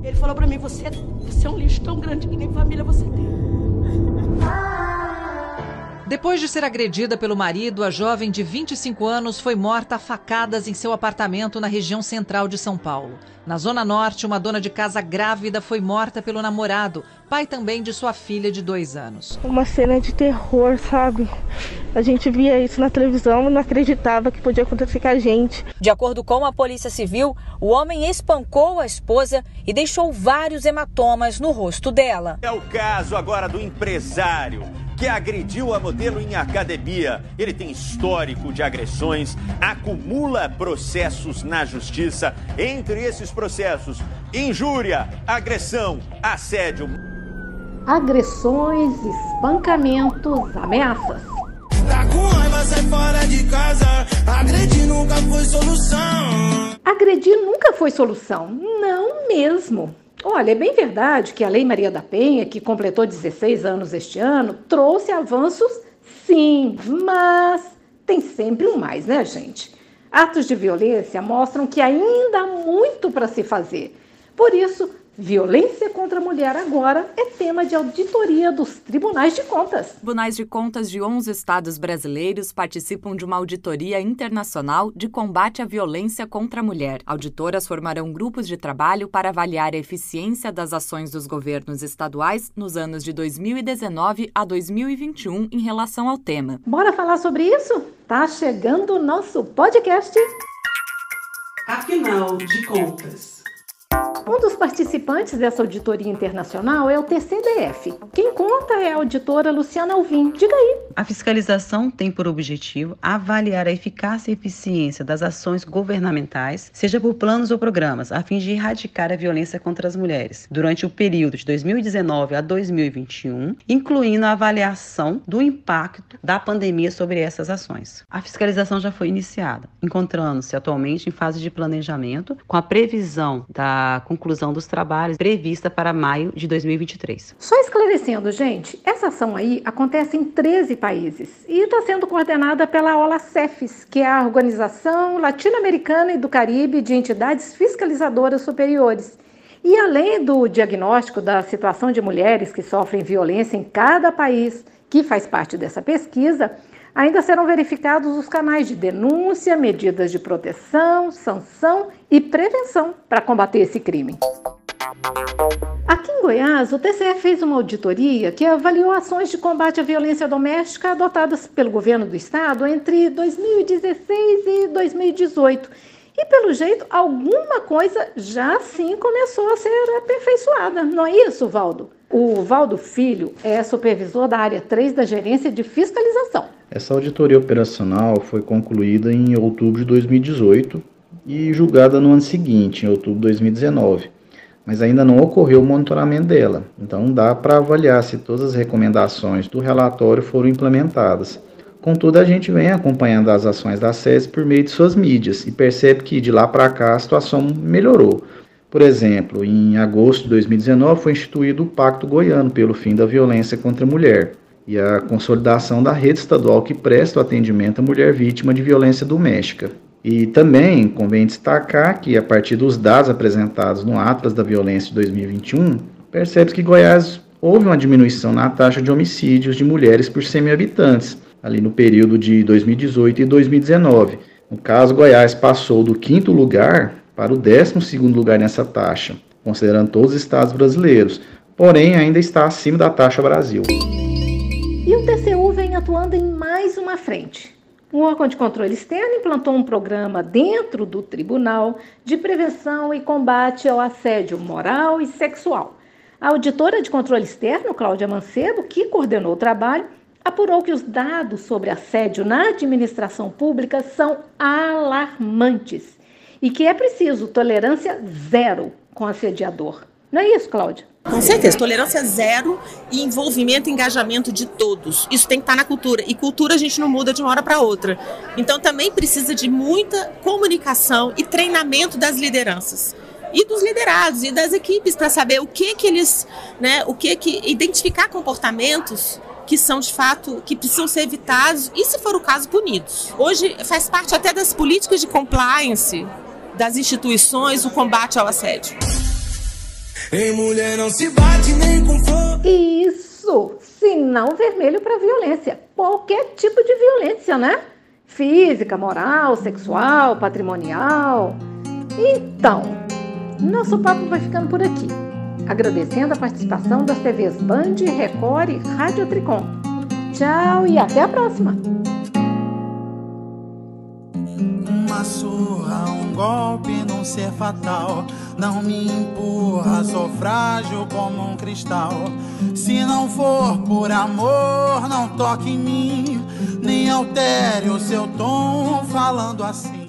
Ele falou pra mim, você é um lixo tão grande que nem família você tem. Depois de ser agredida pelo marido, a jovem de 25 anos foi morta a facadas em seu apartamento na região central de São Paulo. Na Zona Norte, uma dona de casa grávida foi morta pelo namorado, pai também de sua filha de 2 anos. Uma cena de terror, sabe? A gente via isso na televisão e não acreditava que podia acontecer com a gente. De acordo com a Polícia Civil, o homem espancou a esposa e deixou vários hematomas no rosto dela. É o caso agora do empresário que agrediu a modelo em academia. Ele tem histórico de agressões, acumula processos na justiça. Entre esses processos, injúria, agressão, assédio. Agressões, espancamentos, ameaças. Tá com raiva, sai fora de casa. Agredir nunca foi solução. Agredir nunca foi solução, não mesmo. Olha, é bem verdade que a Lei Maria da Penha, que completou 16 anos este ano, trouxe avanços, sim, mas tem sempre um mais, né, gente? Atos de violência mostram que ainda há muito para se fazer. Por isso, violência contra a mulher agora é tema de auditoria dos Tribunais de Contas. Tribunais de Contas de 11 estados brasileiros participam de uma auditoria internacional de combate à violência contra a mulher. Auditoras formarão grupos de trabalho para avaliar a eficiência das ações dos governos estaduais nos anos de 2019 a 2021 em relação ao tema. Bora falar sobre isso? Tá chegando o nosso podcast. Afinal de contas. Um dos participantes dessa auditoria internacional é o TCDF. Quem conta é a auditora Luciana Alvim. Diga aí. A fiscalização tem por objetivo avaliar a eficácia e eficiência das ações governamentais, seja por planos ou programas, a fim de erradicar a violência contra as mulheres, durante o período de 2019 a 2021, incluindo a avaliação do impacto da pandemia sobre essas ações. A fiscalização já foi iniciada, encontrando-se atualmente em fase de planejamento, com a previsão da conclusão dos trabalhos prevista para maio de 2023. Só esclarecendo, gente, essa ação aí acontece em 13 países e está sendo coordenada pela OLACEFES, que é a Organização Latino-Americana e do Caribe de Entidades Fiscalizadoras Superiores. E além do diagnóstico da situação de mulheres que sofrem violência em cada país que faz parte dessa pesquisa, ainda serão verificados os canais de denúncia, medidas de proteção, sanção e prevenção para combater esse crime. Aqui em Goiás, o TCE fez uma auditoria que avaliou ações de combate à violência doméstica adotadas pelo governo do estado entre 2016 e 2018. E, pelo jeito, alguma coisa já sim começou a ser aperfeiçoada. Não é isso, Valdo? O Valdo Filho é supervisor da área 3 da Gerência de Fiscalização. Essa auditoria operacional foi concluída em outubro de 2018 e julgada no ano seguinte, em outubro de 2019. Mas ainda não ocorreu o monitoramento dela. Então, não dá para avaliar se todas as recomendações do relatório foram implementadas. Contudo, a gente vem acompanhando as ações da SESI por meio de suas mídias e percebe que de lá para cá a situação melhorou. Por exemplo, em agosto de 2019 foi instituído o Pacto Goiano pelo fim da violência contra a mulher e a consolidação da rede estadual que presta o atendimento à mulher vítima de violência doméstica. E também convém destacar que, a partir dos dados apresentados no Atlas da Violência de 2021, percebe-se que Goiás houve uma diminuição na taxa de homicídios de mulheres por 100 mil habitantes, ali no período de 2018 e 2019. No caso, Goiás passou do 5º lugar para o 12º lugar nessa taxa, considerando todos os estados brasileiros, porém ainda está acima da taxa Brasil. E o TCU vem atuando em mais uma frente. O órgão de controle externo implantou um programa dentro do tribunal de prevenção e combate ao assédio moral e sexual. A auditora de controle externo, Cláudia Mancebo, que coordenou o trabalho, apurou que os dados sobre assédio na administração pública são alarmantes e que é preciso tolerância zero com assediador. Não é isso, Cláudia? Com certeza, tolerância zero e envolvimento e engajamento de todos. Isso tem que estar na cultura. E cultura a gente não muda de uma hora para outra. Então também precisa de muita comunicação e treinamento das lideranças. E dos liderados e das equipes para saber o que eles, identificar comportamentos que são de fato, que precisam ser evitados e, se for o caso, punidos. Hoje faz parte até das políticas de compliance das instituições o combate ao assédio. Em mulher não se bate nem com flor. Isso! Sinal vermelho para violência. Qualquer tipo de violência, né? Física, moral, sexual, patrimonial. Então, nosso papo vai ficando por aqui. Agradecendo a participação das TVs Band, Record e Rádio Tricom. Tchau e até a próxima! Uma surra, um golpe num ser fatal. Não me empurra, sou frágil como um cristal. Se não for por amor, não toque em mim, nem altere o seu tom falando assim.